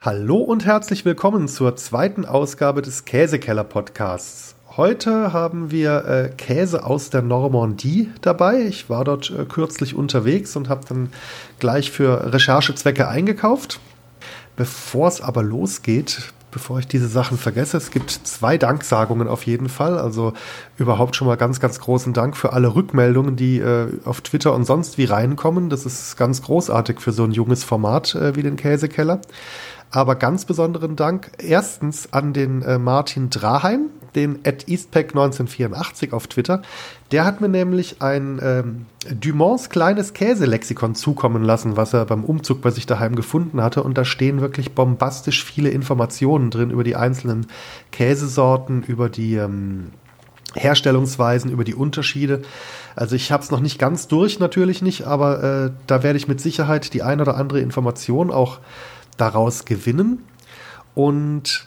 Hallo und herzlich willkommen zur zweiten Ausgabe des Käsekeller-Podcasts. Heute haben wir Käse aus der Normandie dabei. Ich war dort kürzlich unterwegs und habe dann gleich für Recherchezwecke eingekauft. Bevor es aber losgeht, bevor ich diese Sachen vergesse, es gibt 2 Danksagungen auf jeden Fall. Also überhaupt schon mal ganz, ganz großen Dank für alle Rückmeldungen, die auf Twitter und sonst wie reinkommen. Das ist ganz großartig für so ein junges Format wie den Käsekeller. Aber ganz besonderen Dank erstens an den Martin Draheim, den @eastpack1984 auf Twitter. Der hat mir nämlich ein Dumonts kleines Käselexikon zukommen lassen, was er beim Umzug bei sich daheim gefunden hatte. Und da stehen wirklich bombastisch viele Informationen drin über die einzelnen Käsesorten, über die Herstellungsweisen, über die Unterschiede. Also ich habe es noch nicht ganz durch, natürlich nicht, aber da werde ich mit Sicherheit die ein oder andere Information auch daraus gewinnen. Und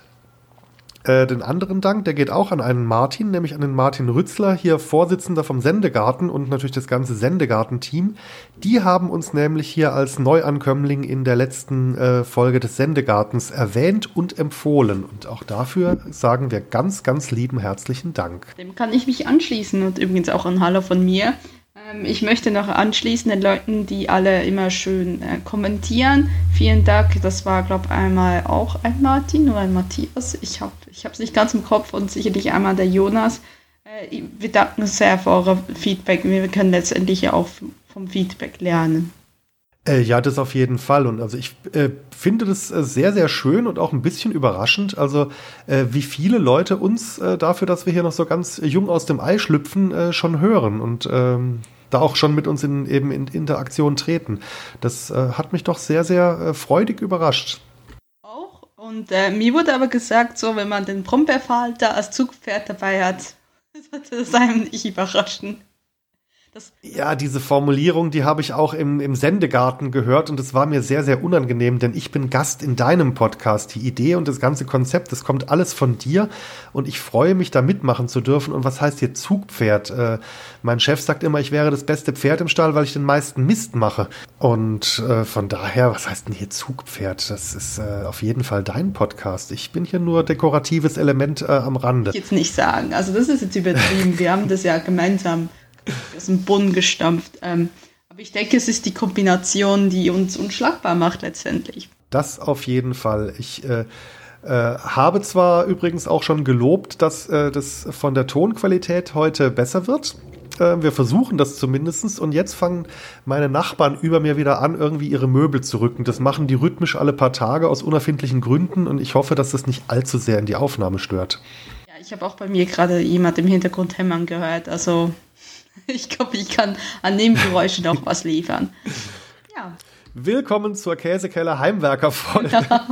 den anderen Dank, der geht auch an einen Martin, nämlich an den Martin Rützler, hier Vorsitzender vom Sendegarten und natürlich das ganze Sendegarten-Team. Die haben uns nämlich hier als Neuankömmling in der letzten Folge des Sendegartens erwähnt und empfohlen. Und auch dafür sagen wir ganz, ganz lieben herzlichen Dank. Dem kann ich mich anschließen und übrigens auch ein Hallo von mir. Ich möchte noch anschließen den Leuten, die alle immer schön kommentieren. Vielen Dank, das war, glaube ich, einmal auch ein Martin oder ein Matthias. Ich habe es nicht ganz im Kopf und sicherlich einmal der Jonas. Wir danken sehr für eure Feedback. Wir können letztendlich ja auch vom Feedback lernen. Ja, das auf jeden Fall. Und also ich finde das sehr, sehr schön und auch ein bisschen überraschend. Also wie viele Leute uns dafür, dass wir hier noch so ganz jung aus dem Ei schlüpfen, schon hören und da auch schon mit uns in Interaktion treten. Das hat mich doch sehr, sehr freudig überrascht. Auch. Und mir wurde aber gesagt, so wenn man den Brombeerfalter als Zugpferd dabei hat, sollte das einem nicht überraschen. Ja, diese Formulierung, die habe ich auch im Sendegarten gehört und es war mir sehr, sehr unangenehm, denn ich bin Gast in deinem Podcast. Die Idee und das ganze Konzept, das kommt alles von dir und ich freue mich, da mitmachen zu dürfen. Und was heißt hier Zugpferd? Mein Chef sagt immer, ich wäre das beste Pferd im Stall, weil ich den meisten Mist mache. Und von daher, was heißt denn hier Zugpferd? Das ist auf jeden Fall dein Podcast. Ich bin hier nur dekoratives Element am Rande. Ich jetzt nicht sagen, also das ist jetzt übertrieben. Wir haben das ja gemeinsam aus dem Boden gestampft. Aber ich denke, es ist die Kombination, die uns unschlagbar macht letztendlich. Das auf jeden Fall. Ich habe zwar übrigens auch schon gelobt, dass das von der Tonqualität heute besser wird. Wir versuchen das zumindest. Und jetzt fangen meine Nachbarn über mir wieder an, irgendwie ihre Möbel zu rücken. Das machen die rhythmisch alle paar Tage aus unerfindlichen Gründen. Und ich hoffe, dass das nicht allzu sehr in die Aufnahme stört. Ja, ich habe auch bei mir gerade jemand im Hintergrund hämmern gehört. Also ich glaube, ich kann an Nebengeräuschen auch was liefern. Ja. Willkommen zur Käsekeller Heimwerker-Folge. Ja.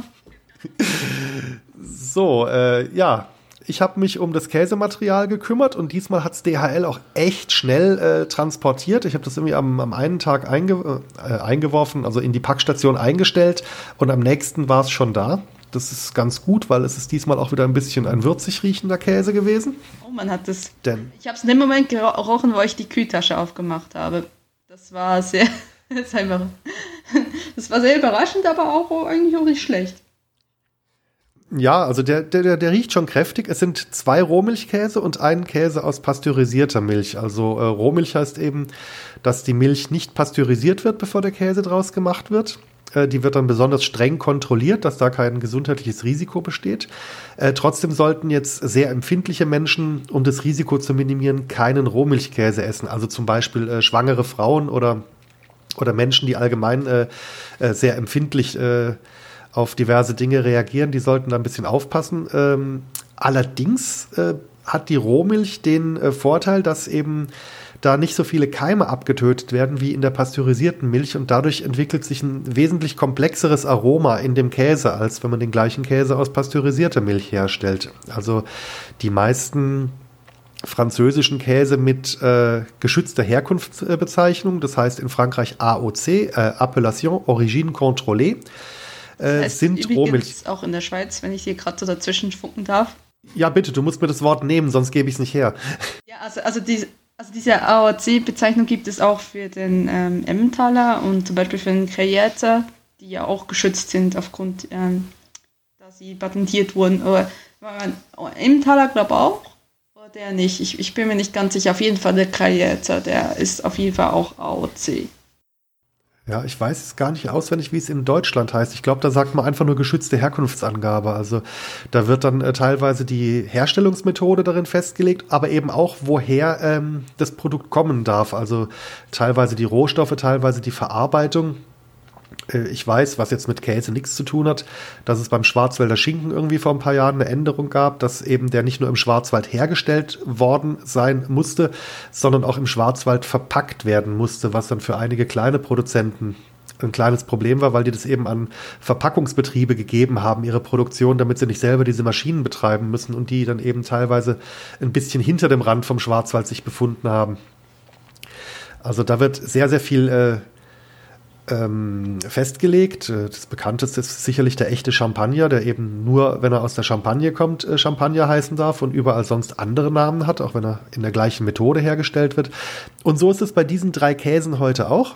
So, ja, ich habe mich um das Käsematerial gekümmert und diesmal hat es DHL auch echt schnell transportiert. Ich habe das irgendwie am einen Tag eingeworfen, also in die Packstation eingestellt und am nächsten war es schon da. Das ist ganz gut, weil es ist diesmal auch wieder ein bisschen ein würzig riechender Käse gewesen. Oh, man hat das. Ich habe es in dem Moment gerochen, wo ich die Kühltasche aufgemacht habe. Das war sehr, das war sehr überraschend, aber auch eigentlich auch nicht schlecht. Ja, also der riecht schon kräftig. Es sind 2 Rohmilchkäse und ein Käse aus pasteurisierter Milch. Also Rohmilch heißt eben, dass die Milch nicht pasteurisiert wird, bevor der Käse draus gemacht wird. Die wird dann besonders streng kontrolliert, dass da kein gesundheitliches Risiko besteht. Trotzdem sollten jetzt sehr empfindliche Menschen, um das Risiko zu minimieren, keinen Rohmilchkäse essen. Also zum Beispiel schwangere Frauen oder Menschen, die allgemein sehr empfindlich auf diverse Dinge reagieren, die sollten da ein bisschen aufpassen. Allerdings hat die Rohmilch den Vorteil, dass eben da nicht so viele Keime abgetötet werden wie in der pasteurisierten Milch und dadurch entwickelt sich ein wesentlich komplexeres Aroma in dem Käse, als wenn man den gleichen Käse aus pasteurisierter Milch herstellt. Also die meisten französischen Käse mit geschützter Herkunftsbezeichnung, das heißt in Frankreich AOC, Appellation Origine Contrôlée, das heißt sind Rohmilch. Auch in der Schweiz, wenn ich hier gerade so dazwischen funken darf. Ja, bitte, du musst mir das Wort nehmen, sonst gebe ich es nicht her. Ja, also diese AOC-Bezeichnung gibt es auch für den Emmentaler und zum Beispiel für den Gruyère, die ja auch geschützt sind aufgrund quasi patentiert wurden. Oder Emmentaler glaube ich auch, oder der nicht. Ich bin mir nicht ganz sicher. Auf jeden Fall der Kraljetzer, der ist auf jeden Fall auch AOC. Ja, ich weiß es gar nicht auswendig, wie es in Deutschland heißt. Ich glaube, da sagt man einfach nur geschützte Herkunftsangabe. Also da wird dann teilweise die Herstellungsmethode darin festgelegt, aber eben auch, woher das Produkt kommen darf. Also teilweise die Rohstoffe, teilweise die Verarbeitung. Ich weiß, was jetzt mit Käse nichts zu tun hat, dass es beim Schwarzwälder Schinken irgendwie vor ein paar Jahren eine Änderung gab, dass eben der nicht nur im Schwarzwald hergestellt worden sein musste, sondern auch im Schwarzwald verpackt werden musste, was dann für einige kleine Produzenten ein kleines Problem war, weil die das eben an Verpackungsbetriebe gegeben haben, ihre Produktion, damit sie nicht selber diese Maschinen betreiben müssen und die dann eben teilweise ein bisschen hinter dem Rand vom Schwarzwald sich befunden haben. Also da wird sehr, sehr viel festgelegt. Das bekannteste ist sicherlich der echte Champagner, der eben nur, wenn er aus der Champagne kommt, Champagner heißen darf und überall sonst andere Namen hat, auch wenn er in der gleichen Methode hergestellt wird. Und so ist es bei diesen 3 Käsen heute auch.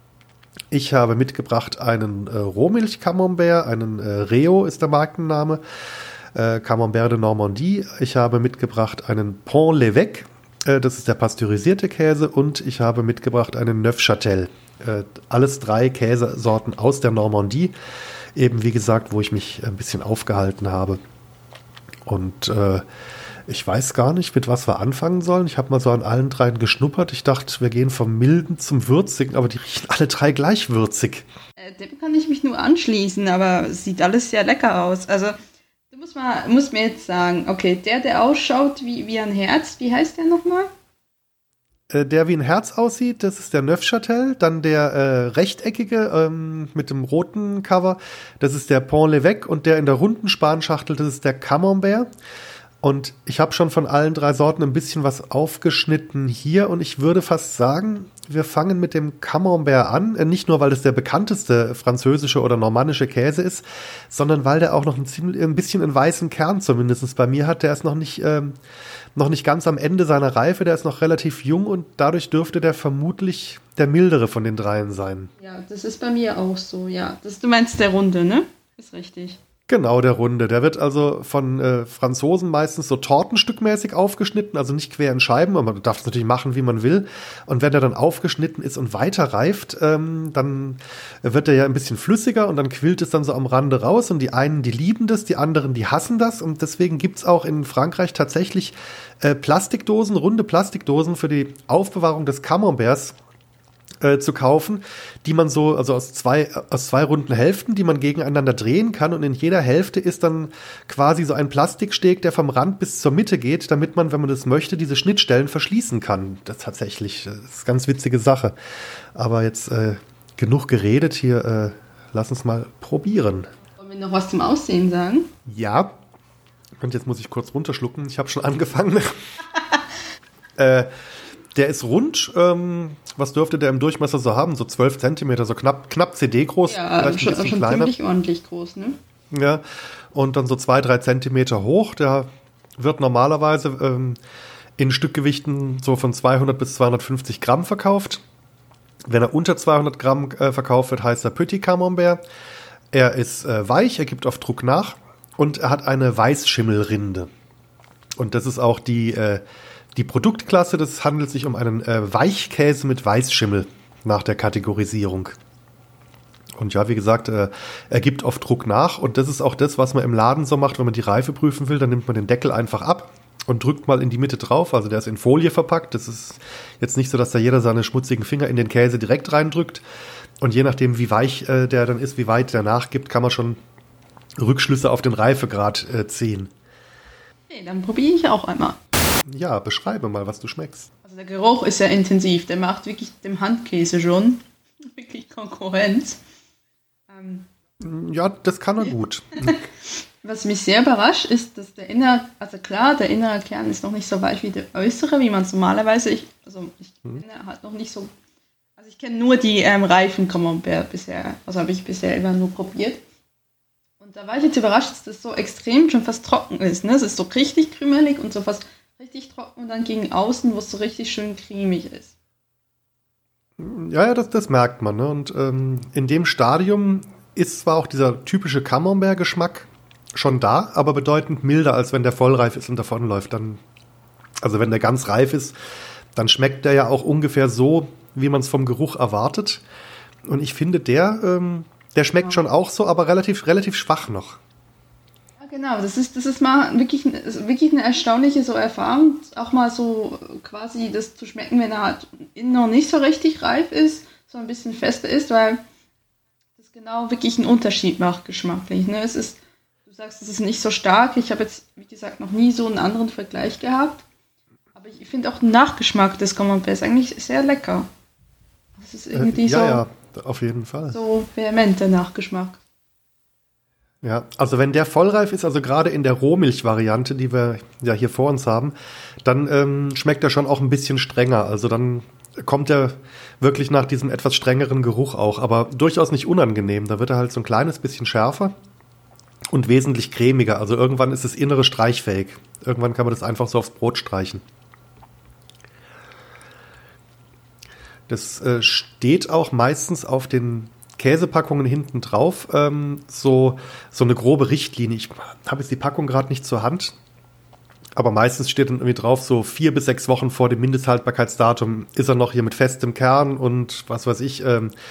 Ich habe mitgebracht einen Rohmilch-Camembert, einen Reo ist der Markenname, Camembert de Normandie. Ich habe mitgebracht einen Pont l'Évêque, das ist der pasteurisierte Käse, und ich habe mitgebracht einen Neufchâtel. Alles 3 Käsesorten aus der Normandie, eben wie gesagt, wo ich mich ein bisschen aufgehalten habe. Und ich weiß gar nicht, mit was wir anfangen sollen. Ich habe mal so an allen 3 geschnuppert. Ich dachte, wir gehen vom Milden zum Würzigen, aber die riechen alle 3 gleich würzig. Dem kann ich mich nur anschließen, aber es sieht alles sehr lecker aus. Also, du musst mir jetzt sagen, okay, der ausschaut wie ein Herz, wie heißt der nochmal? Der wie ein Herz aussieht, das ist der Neufchâtel. Dann der rechteckige mit dem roten Cover, das ist der Pont l'Évêque. Und der in der runden Spanschachtel, das ist der Camembert. Und ich habe schon von allen 3 Sorten ein bisschen was aufgeschnitten hier. Und ich würde fast sagen, wir fangen mit dem Camembert an. Nicht nur, weil das der bekannteste französische oder normannische Käse ist, sondern weil der auch noch ein bisschen einen weißen Kern zumindest bei mir hat. Der ist noch nicht ganz am Ende seiner Reife. Der ist noch relativ jung und dadurch dürfte der vermutlich der mildere von den 3 sein. Ja, das ist bei mir auch so, ja. Du meinst der Runde, ne? Ist richtig. Genau, der Runde. Der wird also von Franzosen meistens so tortenstückmäßig aufgeschnitten, also nicht quer in Scheiben, aber man darf es natürlich machen, wie man will. Und wenn er dann aufgeschnitten ist und weiter reift, dann wird er ja ein bisschen flüssiger und dann quillt es dann so am Rande raus. Und die einen, die lieben das, die anderen, die hassen das. Und deswegen gibt's auch in Frankreich tatsächlich Plastikdosen, runde Plastikdosen für die Aufbewahrung des Camemberts zu kaufen, die man so, also aus zwei runden Hälften, die man gegeneinander drehen kann, und in jeder Hälfte ist dann quasi so ein Plastiksteg, der vom Rand bis zur Mitte geht, damit man, wenn man das möchte, diese Schnittstellen verschließen kann. Das tatsächlich, das ist eine ganz witzige Sache. Aber jetzt genug geredet hier, lass uns mal probieren. Wollen wir noch was zum Aussehen sagen? Ja. Und jetzt muss ich kurz runterschlucken. Ich habe schon angefangen. Der ist rund. Was dürfte der im Durchmesser so haben? So 12 Zentimeter, so knapp CD groß. Ja, vielleicht schon ein bisschen kleiner. Ziemlich ordentlich groß, ne? Ja, und dann so 2-3 Zentimeter hoch. Der wird normalerweise in Stückgewichten so von 200 bis 250 Gramm verkauft. Wenn er unter 200 Gramm verkauft wird, heißt er Petit Camembert. Er ist weich, er gibt auf Druck nach und er hat eine Weißschimmelrinde. Und das ist auch die Produktklasse. Das handelt sich um einen Weichkäse mit Weißschimmel nach der Kategorisierung. Und ja, wie gesagt, er gibt auf Druck nach. Und das ist auch das, was man im Laden so macht, wenn man die Reife prüfen will. Dann nimmt man den Deckel einfach ab und drückt mal in die Mitte drauf. Also der ist in Folie verpackt. Das ist jetzt nicht so, dass da jeder seine schmutzigen Finger in den Käse direkt reindrückt. Und je nachdem, wie weich der dann ist, wie weit der nachgibt, kann man schon Rückschlüsse auf den Reifegrad ziehen. Okay, dann probiere ich auch einmal. Ja, beschreibe mal, was du schmeckst. Also der Geruch ist sehr intensiv. Der macht wirklich dem Handkäse schon wirklich Konkurrenz. Ja, das kann er gut. Was mich sehr überrascht, ist, dass der innere Kern ist noch nicht so weich wie der äußere, wie man es normalerweise, ich kenne halt noch nicht so, also ich kenne nur die reifen Camembert bisher, also habe ich bisher immer nur probiert. Und da war ich jetzt überrascht, dass das so extrem schon fast trocken ist. Ne? Es ist so richtig krümelig und so fast richtig trocken und dann gegen außen, wo es so richtig schön cremig ist. Ja, das merkt man. Ne? Und in dem Stadium ist zwar auch dieser typische Camembert-Geschmack schon da, aber bedeutend milder, als wenn der vollreif ist und davonläuft. Also wenn der ganz reif ist, dann schmeckt der ja auch ungefähr so, wie man es vom Geruch erwartet. Und ich finde, der schmeckt schon auch so, aber relativ schwach noch. Ja, genau, das ist mal wirklich eine erstaunliche so Erfahrung, auch mal so quasi das zu schmecken, wenn er halt innen noch nicht so richtig reif ist, so ein bisschen fester ist, weil das genau wirklich einen Unterschied macht geschmacklich. Ne? Du sagst, es ist nicht so stark. Ich habe jetzt, wie gesagt, noch nie so einen anderen Vergleich gehabt. Aber ich finde auch den Nachgeschmack des Camembert ist eigentlich sehr lecker. Das ist irgendwie ja, auf jeden Fall. So vehementer Nachgeschmack. Ja, also wenn der vollreif ist, also gerade in der Rohmilch-Variante, die wir ja hier vor uns haben, dann schmeckt er schon auch ein bisschen strenger. Also dann kommt er wirklich nach diesem etwas strengeren Geruch auch, aber durchaus nicht unangenehm. Da wird er halt so ein kleines bisschen schärfer und wesentlich cremiger. Also irgendwann ist das Innere streichfähig. Irgendwann kann man das einfach so aufs Brot streichen. Das steht auch meistens auf den Käsepackungen hinten drauf, so eine grobe Richtlinie. Ich habe jetzt die Packung gerade nicht zur Hand, aber meistens steht dann irgendwie drauf, so 4 bis 6 Wochen vor dem Mindesthaltbarkeitsdatum ist er noch hier mit festem Kern und was weiß ich,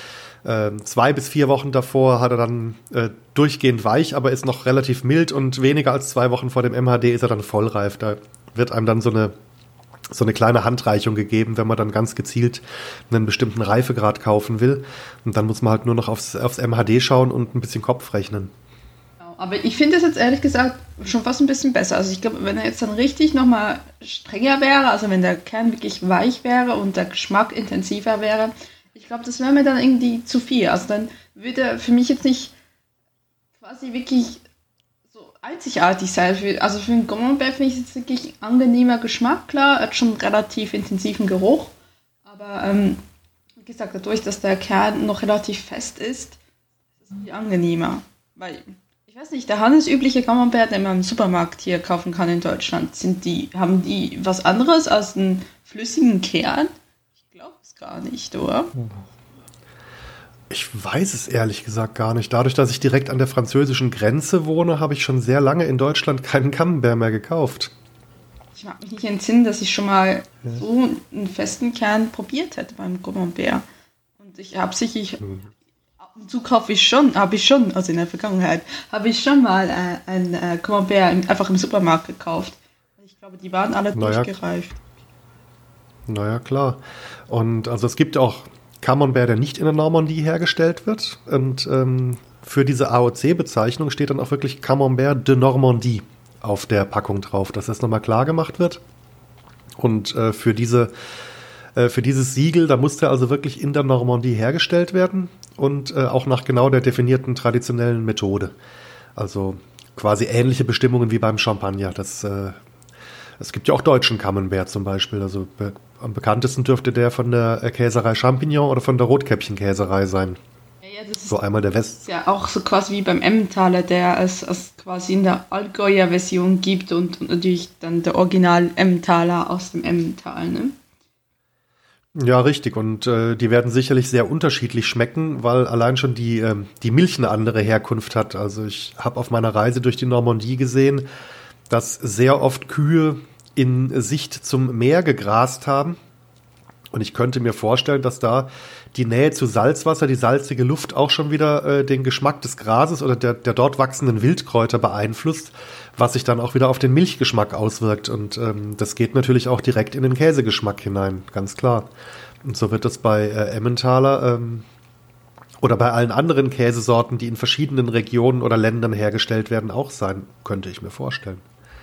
2 bis 4 Wochen davor hat er dann durchgehend weich, aber ist noch relativ mild und weniger als 2 Wochen vor dem MHD ist er dann vollreif. Da wird einem dann so eine kleine Handreichung gegeben, wenn man dann ganz gezielt einen bestimmten Reifegrad kaufen will. Und dann muss man halt nur noch aufs MHD schauen und ein bisschen Kopf rechnen. Aber ich finde es jetzt ehrlich gesagt schon fast ein bisschen besser. Also ich glaube, wenn er jetzt dann richtig nochmal strenger wäre, also wenn der Kern wirklich weich wäre und der Geschmack intensiver wäre, ich glaube, das wäre mir dann irgendwie zu viel. Also dann würde er für mich jetzt nicht quasi wirklich so einzigartig sein. Also für einen Camembert finde ich jetzt wirklich angenehmer Geschmack. Klar, er hat schon einen relativ intensiven Geruch. Aber wie gesagt, dadurch, dass der Kern noch relativ fest ist es viel angenehmer. Weil ich weiß nicht, der handelsübliche Camembert, den man im Supermarkt hier kaufen kann in Deutschland, haben die was anderes als einen flüssigen Kern? Ich glaube es gar nicht, oder? Ich weiß es ehrlich gesagt gar nicht. Dadurch, dass ich direkt an der französischen Grenze wohne, habe ich schon sehr lange in Deutschland keinen Camembert mehr gekauft. Ich mag mich nicht entsinnen, dass ich schon mal so einen festen Kern probiert hätte beim Camembert. Und ich habe sicher... Ab und zu habe ich schon, also in der Vergangenheit, habe ich schon mal ein Camembert einfach im Supermarkt gekauft. Ich glaube, die waren alle durchgereift. Naja, klar. Und also es gibt auch Camembert, der nicht in der Normandie hergestellt wird. Und für diese AOC-Bezeichnung steht dann auch wirklich Camembert de Normandie auf der Packung drauf, dass das nochmal klar gemacht wird. Und für dieses Siegel, da musste er also wirklich in der Normandie hergestellt werden und auch nach genau der definierten traditionellen Methode. Also quasi ähnliche Bestimmungen wie beim Champagner. Es gibt ja auch deutschen Camembert zum Beispiel. Also am bekanntesten dürfte der von der Käserei Champignon oder von der Rotkäppchen-Käserei sein. Ja, das so einmal der ist ja auch so quasi wie beim Emmentaler, der es quasi in der Allgäuer Version gibt und natürlich dann der Original Emmentaler aus dem Emmental, ne? Ja, richtig. Und die werden sicherlich sehr unterschiedlich schmecken, weil allein schon die Milch eine andere Herkunft hat. Also ich habe auf meiner Reise durch die Normandie gesehen, dass sehr oft Kühe in Sicht zum Meer gegrast haben. Und ich könnte mir vorstellen, dass da die Nähe zu Salzwasser, die salzige Luft auch schon wieder den Geschmack des Grases oder der dort wachsenden Wildkräuter beeinflusst, was sich dann auch wieder auf den Milchgeschmack auswirkt. Und das geht natürlich auch direkt in den Käsegeschmack hinein, ganz klar. Und so wird das bei Emmentaler oder bei allen anderen Käsesorten, die in verschiedenen Regionen oder Ländern hergestellt werden, auch sein, könnte ich mir vorstellen.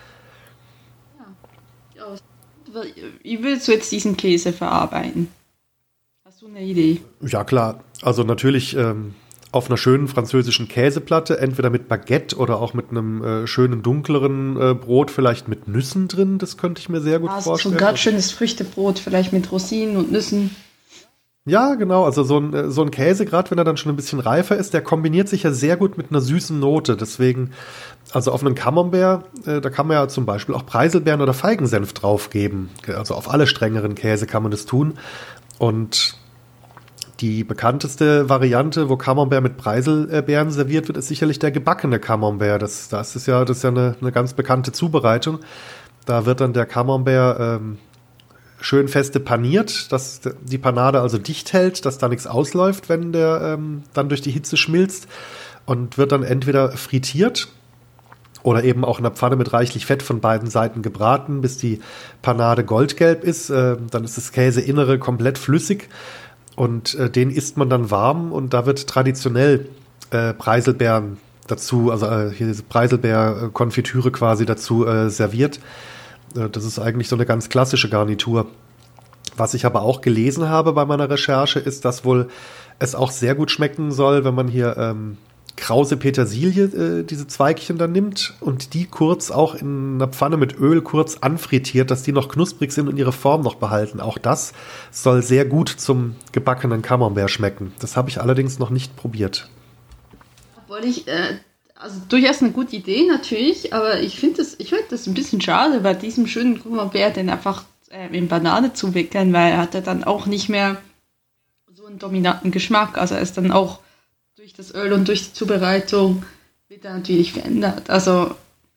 Wie willst du jetzt diesen Käse verarbeiten? Hast du eine Idee? Ja, klar. Also natürlich auf einer schönen französischen Käseplatte, entweder mit Baguette oder auch mit einem schönen dunkleren Brot, vielleicht mit Nüssen drin. Das könnte ich mir sehr gut vorstellen. So ein ganz schönes Früchtebrot, vielleicht mit Rosinen und Nüssen. Ja, genau. Also so ein Käse, gerade wenn er dann schon ein bisschen reifer ist, der kombiniert sich ja sehr gut mit einer süßen Note. Deswegen, also auf einen Camembert, da kann man ja zum Beispiel auch Preiselbeeren oder Feigensenf draufgeben. Also auf alle strengeren Käse kann man das tun. Und Die bekannteste Variante, wo Camembert mit Preiselbeeren serviert wird, ist sicherlich der gebackene Camembert. Das ist ja eine ganz bekannte Zubereitung. Da wird dann der Camembert schön feste paniert, dass die Panade also dicht hält, dass da nichts ausläuft, wenn der dann durch die Hitze schmilzt, und wird dann entweder frittiert oder eben auch in der Pfanne mit reichlich Fett von beiden Seiten gebraten, bis die Panade goldgelb ist. Dann ist das Käseinnere komplett flüssig und den isst man dann warm, und da wird traditionell Preiselbeeren dazu, also hier diese Preiselbeer-Konfitüre quasi dazu serviert. Das ist eigentlich so eine ganz klassische Garnitur. Was ich aber auch gelesen habe bei meiner Recherche, ist, dass wohl es auch sehr gut schmecken soll, wenn man hier krause Petersilie, diese Zweigchen dann nimmt und die kurz auch in einer Pfanne mit Öl kurz anfrittiert, dass die noch knusprig sind und ihre Form noch behalten. Auch das soll sehr gut zum gebackenen Camembert schmecken. Das habe ich allerdings noch nicht probiert. Obwohl also durchaus eine gute Idee natürlich, aber ich finde das ein bisschen schade, bei diesem schönen Camembert den einfach in Banane zu wickeln, weil er hat ja dann auch nicht mehr so einen dominanten Geschmack. Also er ist dann auch durch das Öl und durch die Zubereitung wird er natürlich verändert. Also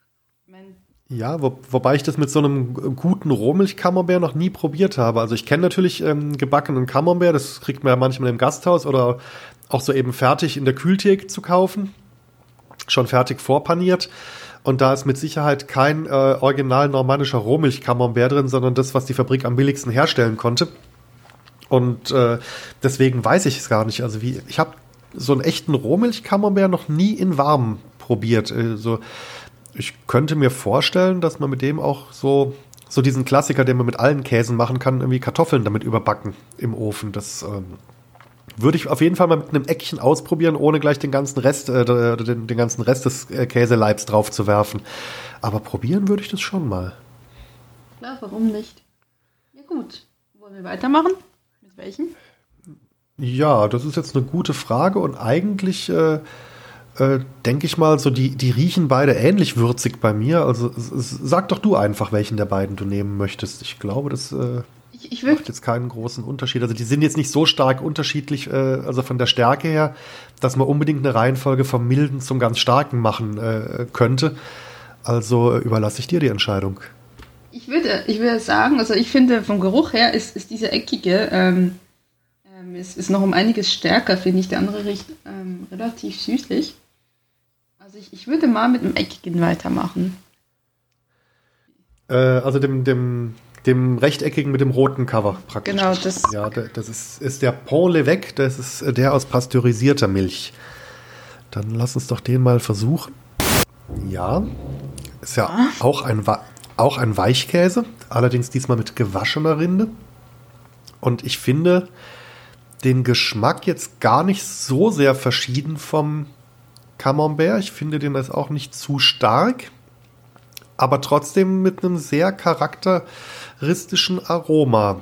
ja, wobei ich das mit so einem guten Rohmilch-Camembert noch nie probiert habe. Also ich kenne natürlich gebackenen Camembert, das kriegt man ja manchmal im Gasthaus oder auch so eben fertig in der Kühltheke zu kaufen, schon fertig vorpaniert. Und da ist mit Sicherheit kein original normannischer Rohmilch-Camembert drin, sondern das, was die Fabrik am billigsten herstellen konnte. Und deswegen weiß ich es gar nicht. Also ich habe so einen echten Rohmilch-Camembert noch nie in warm probiert. Also ich könnte mir vorstellen, dass man mit dem auch so diesen Klassiker, den man mit allen Käsen machen kann, irgendwie Kartoffeln damit überbacken im Ofen. Das würde ich auf jeden Fall mal mit einem Eckchen ausprobieren, ohne gleich den ganzen Rest des Käseleibs drauf zu werfen. Aber probieren würde ich das schon mal. Klar, warum nicht? Ja gut, wollen wir weitermachen? Mit welchem? Ja, das ist jetzt eine gute Frage, und eigentlich denke ich mal, so die riechen beide ähnlich würzig bei mir. Also sag doch du einfach, welchen der beiden du nehmen möchtest. Ich glaube, das macht jetzt keinen großen Unterschied. Also die sind jetzt nicht so stark unterschiedlich, also von der Stärke her, dass man unbedingt eine Reihenfolge vom Milden zum ganz Starken machen könnte. Also überlasse ich dir die Entscheidung. Ich würde sagen, also ich finde vom Geruch her ist diese eckige ist noch um einiges stärker, finde ich. Der andere riecht relativ süßlich. Also ich würde mal mit dem eckigen weitermachen. Also dem rechteckigen mit dem roten Cover praktisch. Genau, das. Ja, das ist der Pont l'Évêque, das ist der aus pasteurisierter Milch. Dann lass uns doch den mal versuchen. Ja, ist ja auch ein Weichkäse, allerdings diesmal mit gewaschener Rinde. Und ich finde den Geschmack jetzt gar nicht so sehr verschieden vom Camembert. Ich finde den ist auch nicht zu stark, aber trotzdem mit einem sehr charakteristischen Aroma.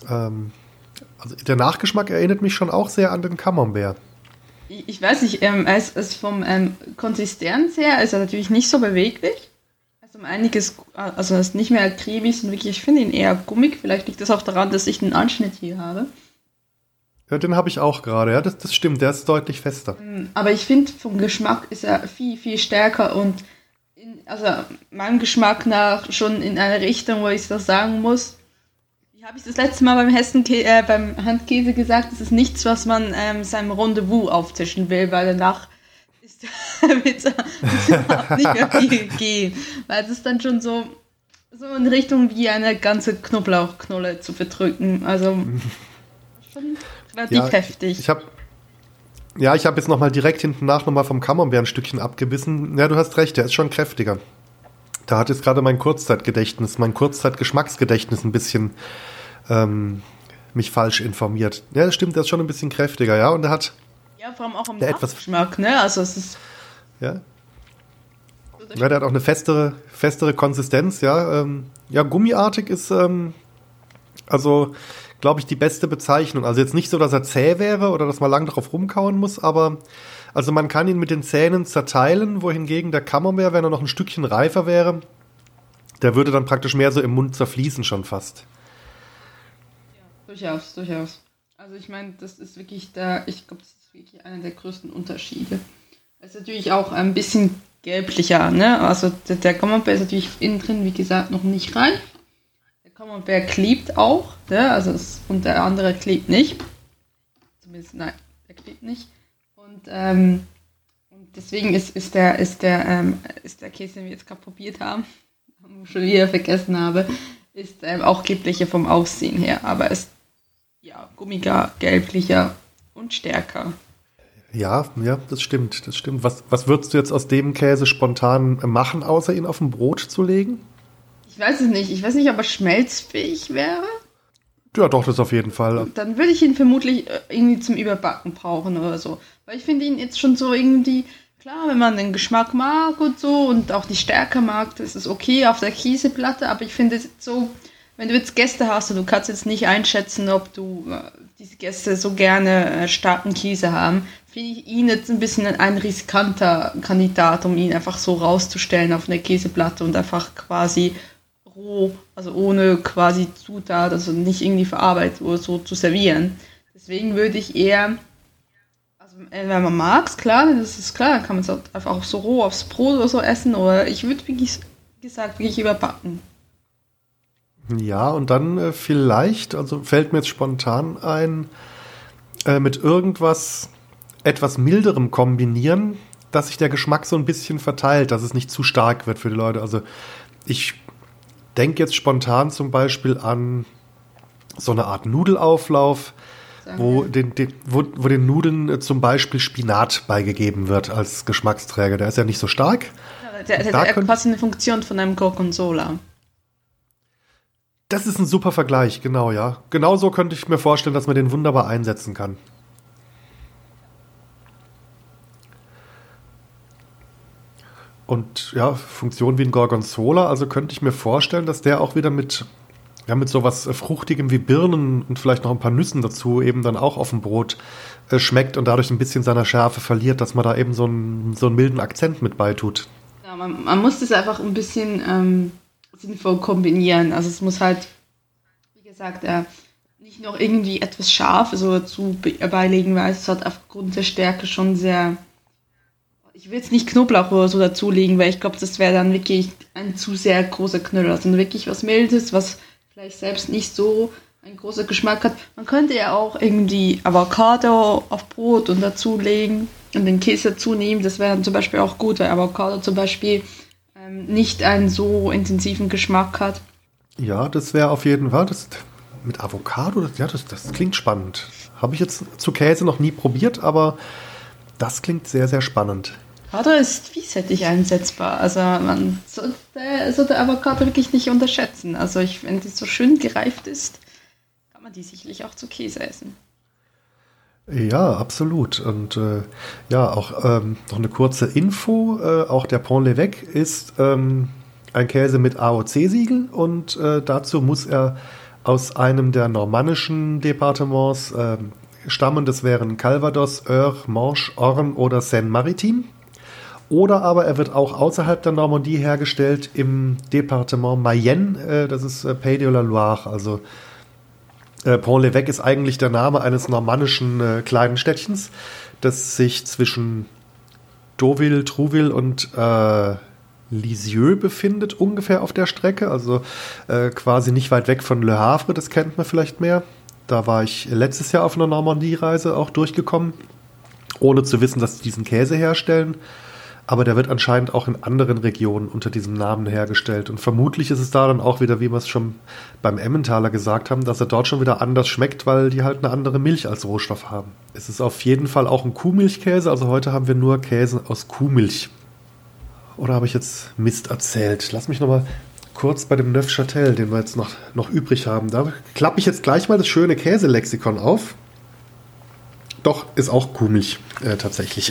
Also der Nachgeschmack erinnert mich schon auch sehr an den Camembert. Ich weiß nicht, es vom Konsistenz her ist er natürlich nicht so beweglich. Also es ist nicht mehr cremig, sondern wirklich, ich finde ihn eher gummig. Vielleicht liegt das auch daran, dass ich den Anschnitt hier habe. Ja, den habe ich auch gerade, ja, das stimmt, der ist deutlich fester. Aber ich finde, vom Geschmack ist er viel, viel stärker und also meinem Geschmack nach schon in eine Richtung, wo ich das sagen muss. Wie habe ich das letzte Mal beim Handkäse gesagt? Das ist nichts, was man seinem Rendezvous auftischen will, weil danach wird es überhaupt nicht mehr viel gehen. Weil es ist dann schon so in Richtung wie eine ganze Knoblauchknolle zu verdrücken. Also schon relativ heftig. Ich habe jetzt nochmal direkt hinten nach vom Camembert ein Stückchen abgebissen. Ja, du hast recht, der ist schon kräftiger. Da hat jetzt gerade mein Kurzzeitgeschmacksgedächtnis ein bisschen mich falsch informiert. Ja, das stimmt, der ist schon ein bisschen kräftiger, ja. Und der hat vor allem auch im Geschmack, ne? Also es ist ja, der hat auch eine festere Konsistenz, ja. Ja, gummiartig ist also, glaube ich, die beste Bezeichnung. Also jetzt nicht so, dass er zäh wäre oder dass man lang drauf rumkauen muss, aber also man kann ihn mit den Zähnen zerteilen, wohingegen der Camembert, wenn er noch ein Stückchen reifer wäre, der würde dann praktisch mehr so im Mund zerfließen schon fast. Ja, durchaus. Also ich meine, das ist wirklich ich glaube, das ist wirklich einer der größten Unterschiede. Es ist natürlich auch ein bisschen gelblicher, ne? Also der Camembert ist natürlich innen drin, wie gesagt, noch nicht reif. Der Camembert klebt auch, ne? Und der andere klebt nicht. Zumindest, nein, der klebt nicht. Und deswegen ist der Käse, den wir jetzt gerade probiert haben, schon wieder vergessen habe, ist auch kleblicher vom Aussehen her, aber ist ja gummiger, gelblicher und stärker. Ja, das stimmt. Was würdest du jetzt aus dem Käse spontan machen, außer ihn auf ein Brot zu legen? Ich weiß es nicht. Ich weiß nicht, ob er schmelzfähig wäre. Ja, doch, das auf jeden Fall. Dann würde ich ihn vermutlich irgendwie zum Überbacken brauchen oder so. Weil ich finde ihn jetzt schon so irgendwie, klar, wenn man den Geschmack mag und so und auch die Stärke mag, das ist okay auf der Käseplatte, aber ich finde es so, wenn du jetzt Gäste hast und du kannst jetzt nicht einschätzen, ob du diese Gäste so gerne starken Käse haben, finde ich ihn jetzt ein bisschen ein riskanter Kandidat, um ihn einfach so rauszustellen auf einer Käseplatte und einfach quasi roh, also ohne quasi Zutat, also nicht irgendwie verarbeitet oder so zu servieren. Deswegen würde ich eher, also wenn man mag es, klar, das ist klar, dann kann man es einfach auch so roh aufs Brot oder so essen, oder ich würde, wie gesagt, wirklich überbacken. Ja, und dann vielleicht, also fällt mir jetzt spontan ein, mit irgendwas etwas Milderem kombinieren, dass sich der Geschmack so ein bisschen verteilt, dass es nicht zu stark wird für die Leute. Also ich denke jetzt spontan zum Beispiel an so eine Art Nudelauflauf, wo den Nudeln zum Beispiel Spinat beigegeben wird als Geschmacksträger. Der ist ja nicht so stark. Ja, der hat quasi eine Funktion von einem Gorgonzola. Das ist ein super Vergleich, genau, ja. Genauso könnte ich mir vorstellen, dass man den wunderbar einsetzen kann. Und ja, Funktion wie ein Gorgonzola, also könnte ich mir vorstellen, dass der auch wieder mit sowas Fruchtigem wie Birnen und vielleicht noch ein paar Nüssen dazu eben dann auch auf dem Brot schmeckt und dadurch ein bisschen seiner Schärfe verliert, dass man da eben so einen milden Akzent mit beitut. Ja, man muss das einfach ein bisschen sinnvoll kombinieren. Also es muss halt, wie gesagt, nicht noch irgendwie etwas Scharfes oder dazu beilegen, weil es hat aufgrund der Stärke schon sehr. Ich will jetzt nicht Knoblauch oder so dazulegen, weil ich glaube, das wäre dann wirklich ein zu sehr großer Knüller. Also wirklich was Mildes, was vielleicht selbst nicht so einen großen Geschmack hat. Man könnte ja auch irgendwie Avocado auf Brot und dazulegen und den Käse dazu nehmen. Das wäre dann zum Beispiel auch gut, weil Avocado zum Beispiel nicht einen so intensiven Geschmack hat. Ja, das wäre auf jeden Fall, das mit Avocado, das klingt spannend. Habe ich jetzt zu Käse noch nie probiert, aber das klingt sehr, sehr spannend. Avocado ist vielseitig einsetzbar. Also man sollte Avocado wirklich nicht unterschätzen. Also wenn die so schön gereift ist, kann man die sicherlich auch zu Käse essen. Ja, absolut. Und auch noch eine kurze Info. Auch der Pont l'Évêque ist ein Käse mit AOC-Siegel und dazu muss er aus einem der normannischen Departements stammen. Das wären Calvados, Eure, Manche, Orne oder Seine-Maritime. Oder aber er wird auch außerhalb der Normandie hergestellt im Departement Mayenne. Das ist Pays de la Loire. Also Pont l'Évêque ist eigentlich der Name eines normannischen kleinen Städtchens, das sich zwischen Deauville, Trouville und Lisieux befindet, ungefähr auf der Strecke. Also quasi nicht weit weg von Le Havre, das kennt man vielleicht mehr. Da war ich letztes Jahr auf einer Normandie-Reise auch durchgekommen, ohne zu wissen, dass sie diesen Käse herstellen. Aber der wird anscheinend auch in anderen Regionen unter diesem Namen hergestellt. Und vermutlich ist es da dann auch wieder, wie wir es schon beim Emmentaler gesagt haben, dass er dort schon wieder anders schmeckt, weil die halt eine andere Milch als Rohstoff haben. Es ist auf jeden Fall auch ein Kuhmilchkäse. Also heute haben wir nur Käse aus Kuhmilch. Oder habe ich jetzt Mist erzählt? Lass mich nochmal kurz bei dem Neufchâtel, den wir jetzt noch übrig haben. Da klappe ich jetzt gleich mal das schöne Käselexikon auf. Doch, ist auch Kuhmilch tatsächlich.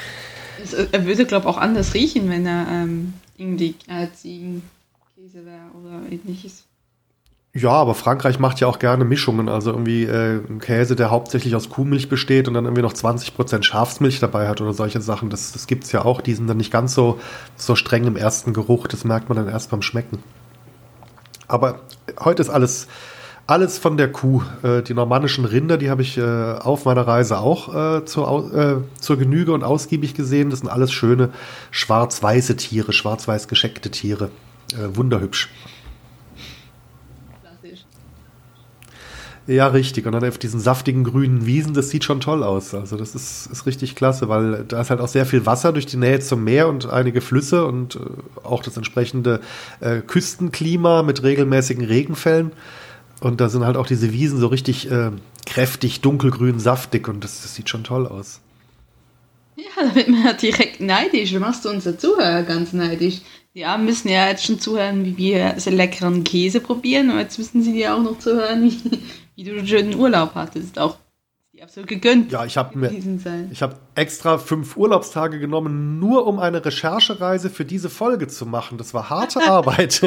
Er würde, glaube ich, auch anders riechen, wenn er irgendwie Ziegenkäse wäre oder ähnliches. Ja, aber Frankreich macht ja auch gerne Mischungen. Also irgendwie ein Käse, der hauptsächlich aus Kuhmilch besteht und dann irgendwie noch 20% Schafsmilch dabei hat oder solche Sachen. Das gibt es ja auch. Die sind dann nicht ganz so streng im ersten Geruch. Das merkt man dann erst beim Schmecken. Aber heute ist alles Alles von der Kuh. Die normannischen Rinder, die habe ich auf meiner Reise auch zur Genüge und ausgiebig gesehen. Das sind alles schöne schwarz-weiße Tiere, schwarz-weiß gescheckte Tiere. Wunderhübsch. Klassisch. Ja, richtig. Und dann auf diesen saftigen grünen Wiesen, das sieht schon toll aus. Also das ist richtig klasse, weil da ist halt auch sehr viel Wasser durch die Nähe zum Meer und einige Flüsse und auch das entsprechende Küstenklima mit regelmäßigen Regenfällen. Und da sind halt auch diese Wiesen so richtig kräftig, dunkelgrün, saftig und das sieht schon toll aus. Ja, da wird man ja direkt neidisch. Du machst unsere Zuhörer ganz neidisch. Die Armen müssen ja jetzt schon zuhören, wie wir so leckeren Käse probieren. Und jetzt müssen sie dir auch noch zuhören, wie du einen schönen Urlaub hattest. Auch die absolut gegönnt. Ja, ich habe extra 5 Urlaubstage genommen, nur um eine Recherchereise für diese Folge zu machen. Das war harte Arbeit.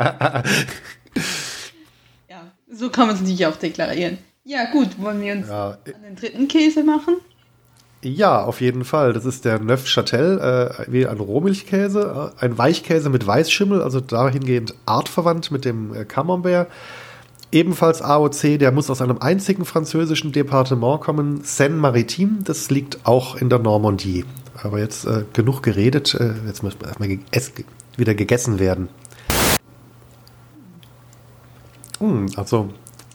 Ja, so kann man es natürlich auch deklarieren. Ja, gut, wollen wir uns an den dritten Käse machen? Ja, auf jeden Fall. Das ist der Neufchâtel, wie ein Rohmilchkäse, ein Weichkäse mit Weißschimmel, also dahingehend artverwandt mit dem Camembert. Ebenfalls AOC, der muss aus einem einzigen französischen Departement kommen, Seine-Maritime, das liegt auch in der Normandie. Aber jetzt genug geredet, jetzt muss erstmal wieder gegessen werden. Also,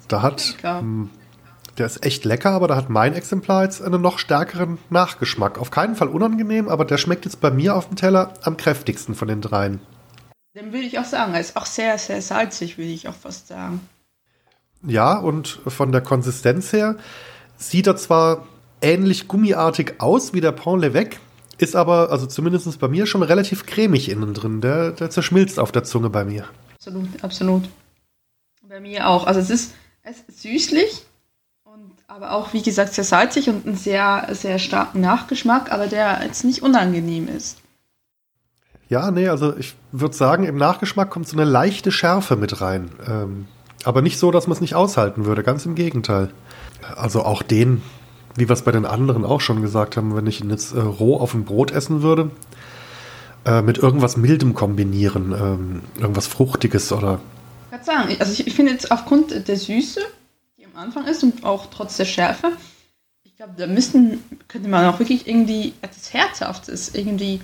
der ist echt lecker, aber da hat mein Exemplar jetzt einen noch stärkeren Nachgeschmack. Auf keinen Fall unangenehm, aber der schmeckt jetzt bei mir auf dem Teller am kräftigsten von den dreien. Den würde ich auch sagen, er ist auch sehr, sehr salzig, würde ich auch fast sagen. Ja, und von der Konsistenz her sieht er zwar ähnlich gummiartig aus wie der Pont l'Évêque, ist aber, also zumindest bei mir, schon relativ cremig innen drin. Der zerschmilzt auf der Zunge bei mir. Absolut, absolut. Bei mir auch. Also es ist süßlich, aber auch, wie gesagt, sehr salzig und einen sehr, sehr starken Nachgeschmack, aber der jetzt nicht unangenehm ist. Ja, nee, also ich würde sagen, im Nachgeschmack kommt so eine leichte Schärfe mit rein. Aber nicht so, dass man es nicht aushalten würde, ganz im Gegenteil. Also auch den, wie wir es bei den anderen auch schon gesagt haben, wenn ich ihn jetzt roh auf dem Brot essen würde, mit irgendwas Mildem kombinieren, irgendwas Fruchtiges oder... Ich kann sagen, also ich finde jetzt aufgrund der Süße, die am Anfang ist und auch trotz der Schärfe, ich glaube, könnte man auch wirklich irgendwie etwas Herzhaftes, irgendwie,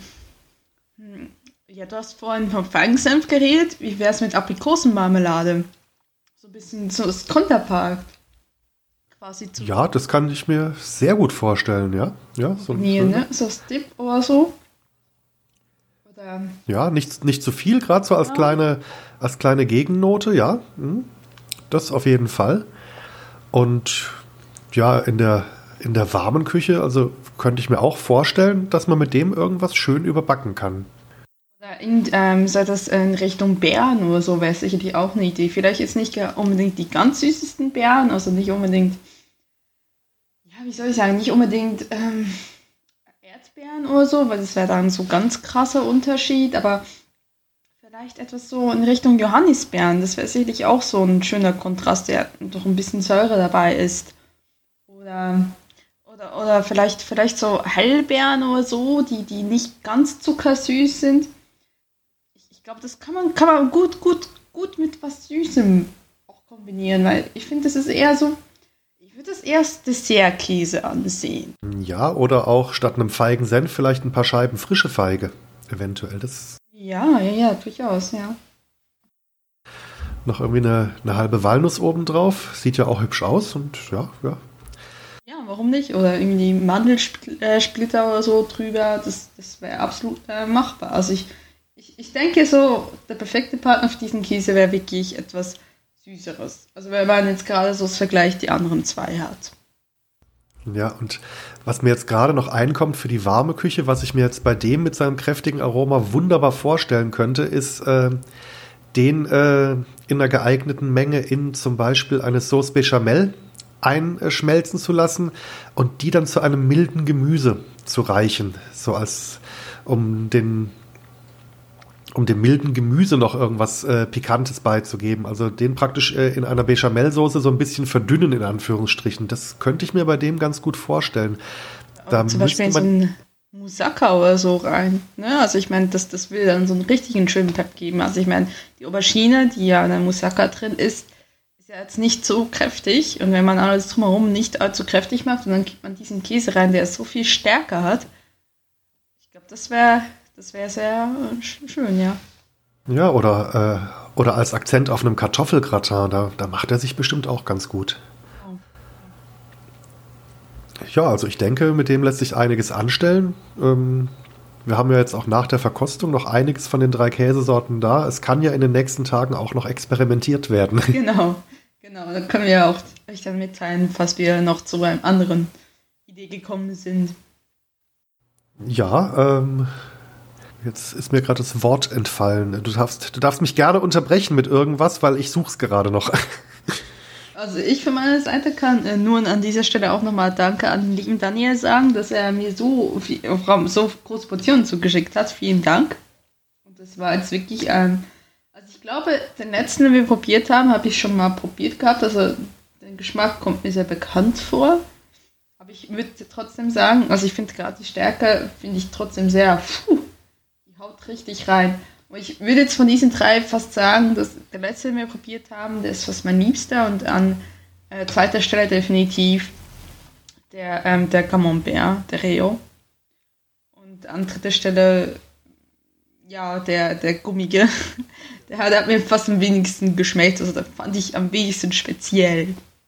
ja, du hast vorhin vom Feigensenf geredet, wie wäre es mit Aprikosenmarmelade? So ein bisschen so das Konterpart quasi zu. Ja, das kann ich mir sehr gut vorstellen, ja. Ja, so ne? So ein Dip oder so. Oder ja, nicht zu viel, gerade so als kleine Gegennote, ja. Das auf jeden Fall. Und ja, in der warmen Küche, also könnte ich mir auch vorstellen, dass man mit dem irgendwas schön überbacken kann. Oder sei das in Richtung Beeren oder so, wäre sicherlich auch eine Idee. Vielleicht jetzt nicht unbedingt die ganz süßesten Beeren, also nicht unbedingt, ja, wie soll ich sagen, nicht unbedingt Erdbeeren oder so, weil das wäre dann so ganz krasser Unterschied, aber vielleicht etwas so in Richtung Johannisbeeren, das wäre sicherlich auch so ein schöner Kontrast, der doch ein bisschen Säure dabei ist. Oder vielleicht so Hellbeeren oder so, die nicht ganz zuckersüß sind. Ich glaube, das kann man gut mit was Süßem auch kombinieren, weil ich finde, das ist eher so, ich würde das eher als Dessertkäse ansehen. Ja, oder auch statt einem Feigensenf vielleicht ein paar Scheiben frische Feige, eventuell. Das ja, durchaus, ja. Noch irgendwie eine halbe Walnuss obendrauf, sieht ja auch hübsch aus und ja. Ja, warum nicht? Oder irgendwie Mandelsplitter oder so drüber, das wäre absolut machbar. Also ich denke so, der perfekte Partner für diesen Käse wäre wirklich etwas Süßeres. Also wenn man jetzt gerade so das Vergleich die anderen zwei hat. Ja, und was mir jetzt gerade noch einkommt für die warme Küche, was ich mir jetzt bei dem mit seinem kräftigen Aroma wunderbar vorstellen könnte, ist den in einer geeigneten Menge in zum Beispiel eine Sauce Béchamel einschmelzen zu lassen und die dann zu einem milden Gemüse zu reichen, so als um dem milden Gemüse noch irgendwas Pikantes beizugeben. Also den praktisch in einer Bechamelsoße so ein bisschen verdünnen, in Anführungsstrichen. Das könnte ich mir bei dem ganz gut vorstellen. Da zum Beispiel in so ein Moussaka oder so rein. Ne? Also ich meine, das will dann so einen richtigen schönen Pep geben. Also ich meine, die Aubergine, die ja in der Moussaka drin ist ja jetzt nicht so kräftig. Und wenn man alles drumherum nicht allzu kräftig macht und dann gibt man diesen Käse rein, der so viel Stärke hat, ich glaube, das wär sehr schön, ja. Ja, oder als Akzent auf einem Kartoffelgratin, da macht er sich bestimmt auch ganz gut. Oh. Ja, also ich denke, mit dem lässt sich einiges anstellen. Wir haben ja jetzt auch nach der Verkostung noch einiges von den 3 Käsesorten da. Es kann ja in den nächsten Tagen auch noch experimentiert werden. Genau. Da können wir ja auch euch dann mitteilen, falls wir noch zu einer anderen Idee gekommen sind. Ja, jetzt ist mir gerade das Wort entfallen. Du darfst mich gerne unterbrechen mit irgendwas, weil ich suche es gerade noch. Also ich von meiner Seite kann nur an dieser Stelle auch nochmal Danke an den lieben Daniel sagen, dass er mir so große Portionen zugeschickt hat. Vielen Dank. Und das war jetzt wirklich also ich glaube, den letzten, den wir probiert haben, habe ich schon mal probiert gehabt. Also der Geschmack kommt mir sehr bekannt vor. Aber ich würde trotzdem sagen, also ich finde gerade die Stärke, finde ich trotzdem sehr, die haut richtig rein. Und ich würde jetzt von diesen 3 fast sagen, dass der letzte, den wir probiert haben, der ist fast mein Liebster und an zweiter Stelle definitiv der Camembert, der Reo. Und an dritter Stelle, ja, der Gummige. Der hat mir fast am wenigsten geschmeckt, also da fand ich am wenigsten speziell.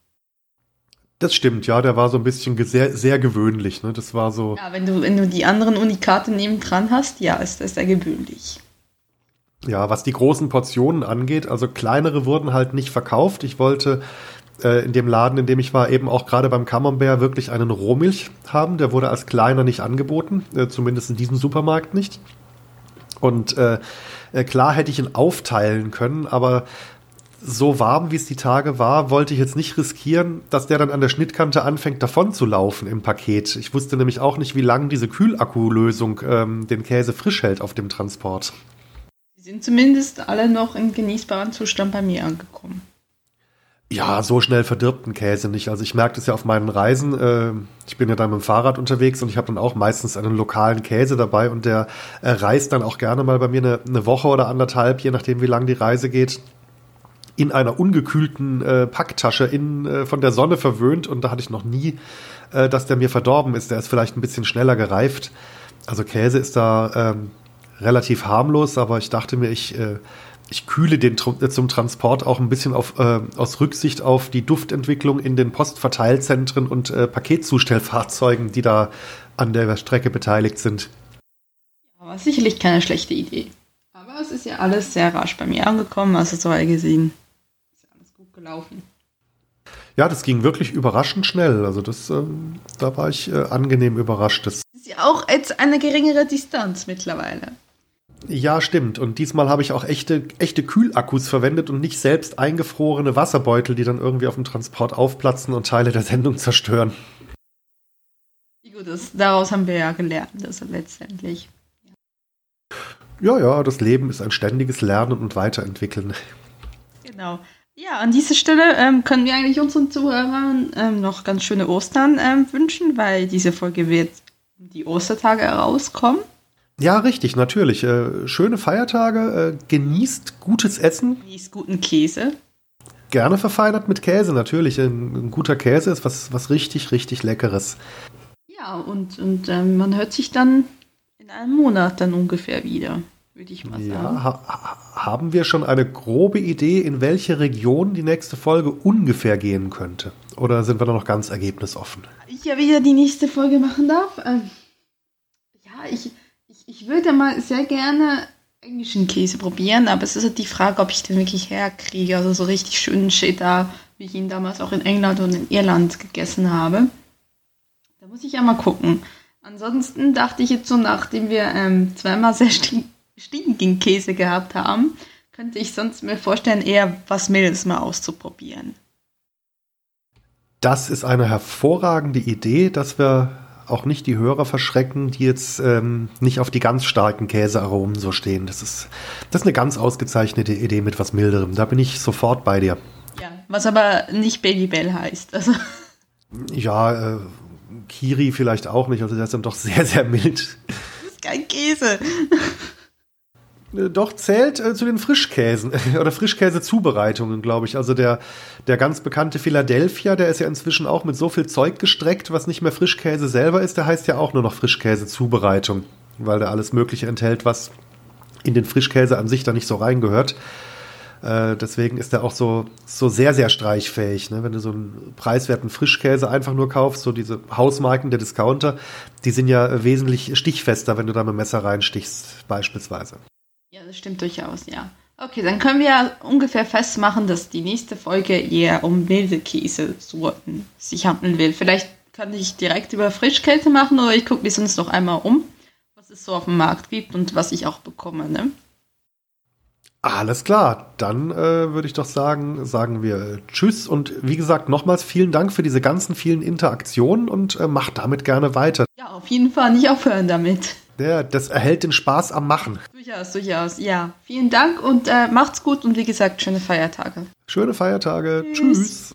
Das stimmt, ja, der war so ein bisschen sehr, sehr gewöhnlich, ne? Das war so. Ja, wenn du die anderen Unikate nebendran hast, ja, ist das sehr gewöhnlich. Ja, was die großen Portionen angeht, also kleinere wurden halt nicht verkauft. Ich wollte in dem Laden, in dem ich war, eben auch gerade beim Camembert wirklich einen Rohmilch haben. Der wurde als kleiner nicht angeboten, zumindest in diesem Supermarkt nicht. Und klar hätte ich ihn aufteilen können, aber so warm, wie es die Tage war, wollte ich jetzt nicht riskieren, dass der dann an der Schnittkante anfängt, davon zu laufen im Paket. Ich wusste nämlich auch nicht, wie lange diese Kühlakkulösung den Käse frisch hält auf dem Transport. Die sind zumindest alle noch in genießbarem Zustand bei mir angekommen. Ja, so schnell verdirbt ein Käse nicht. Also ich merke das ja auf meinen Reisen. Ich bin ja dann mit dem Fahrrad unterwegs und ich habe dann auch meistens einen lokalen Käse dabei und der reist dann auch gerne mal bei mir eine Woche oder anderthalb, je nachdem wie lang die Reise geht, in einer ungekühlten Packtasche von der Sonne verwöhnt und da hatte ich noch nie, dass der mir verdorben ist. Der ist vielleicht ein bisschen schneller gereift. Also Käse ist da relativ harmlos, aber ich dachte mir, ich kühle den zum Transport auch ein bisschen aus Rücksicht auf die Duftentwicklung in den Postverteilzentren und Paketzustellfahrzeugen, die da an der Strecke beteiligt sind. Aber sicherlich keine schlechte Idee. Aber es ist ja alles sehr rasch bei mir angekommen, also so gesehen ist ja alles gut gelaufen. Ja, das ging wirklich überraschend schnell. Also da war ich angenehm überrascht. Das ist ja auch jetzt eine geringere Distanz mittlerweile. Ja, stimmt. Und diesmal habe ich auch echte Kühlakkus verwendet und nicht selbst eingefrorene Wasserbeutel, die dann irgendwie auf dem Transport aufplatzen und Teile der Sendung zerstören. Gut, daraus haben wir ja gelernt, also letztendlich. Ja, das Leben ist ein ständiges Lernen und Weiterentwickeln. Genau. Ja, an dieser Stelle können wir eigentlich unseren Zuhörern noch ganz schöne Ostern wünschen, weil diese Folge wird um die Ostertage herauskommen. Ja, richtig, natürlich. Schöne Feiertage, genießt gutes Essen. Genießt guten Käse. Gerne verfeinert mit Käse, natürlich. Ein guter Käse ist was richtig, richtig Leckeres. Ja, und man hört sich dann in einem Monat dann ungefähr wieder, würde ich mal sagen. Ja, haben wir schon eine grobe Idee, in welche Region die nächste Folge ungefähr gehen könnte? Oder sind wir da noch ganz ergebnisoffen? Ich ja wieder die nächste Folge machen darf. Ich würde mal sehr gerne englischen Käse probieren, aber es ist halt die Frage, ob ich den wirklich herkriege. Also so richtig schönen Cheddar, wie ich ihn damals auch in England und in Irland gegessen habe. Da muss ich ja mal gucken. Ansonsten dachte ich jetzt so, nachdem wir zweimal sehr stinkigen Käse gehabt haben, könnte ich sonst mir vorstellen, eher was Mildes mal auszuprobieren. Das ist eine hervorragende Idee, dass wir auch nicht die Hörer verschrecken, die jetzt nicht auf die ganz starken Käsearomen so stehen. Das ist eine ganz ausgezeichnete Idee mit was Milderem. Da bin ich sofort bei dir. Ja, was aber nicht Babybel heißt. Also. Ja, Kiri vielleicht auch nicht. Also der ist dann doch sehr, sehr mild. Das ist kein Käse. Doch, zählt zu den Frischkäsen oder Frischkäse-Zubereitungen, glaube ich. Also der ganz bekannte Philadelphia, der ist ja inzwischen auch mit so viel Zeug gestreckt, was nicht mehr Frischkäse selber ist, der heißt ja auch nur noch Frischkäse-Zubereitung, weil der alles Mögliche enthält, was in den Frischkäse an sich da nicht so reingehört. Deswegen ist der auch so sehr, sehr streichfähig. Ne? Wenn du so einen preiswerten Frischkäse einfach nur kaufst, so diese Hausmarken der Discounter, die sind ja wesentlich stichfester, wenn du da mit dem Messer reinstichst, beispielsweise. Ja, das stimmt durchaus, ja. Okay, dann können wir ja ungefähr festmachen, dass die nächste Folge eher um wilde Käsesorten sich handeln will. Vielleicht kann ich direkt über Frischkäse machen oder ich gucke mir sonst noch einmal um, was es so auf dem Markt gibt und was ich auch bekomme, ne? Alles klar, dann würde ich doch sagen wir Tschüss und wie gesagt, nochmals vielen Dank für diese ganzen vielen Interaktionen und macht damit gerne weiter. Ja, auf jeden Fall nicht aufhören damit. Ja, das erhält den Spaß am Machen. Durchaus, ja. Vielen Dank und macht's gut und wie gesagt, schöne Feiertage. Schöne Feiertage. Tschüss.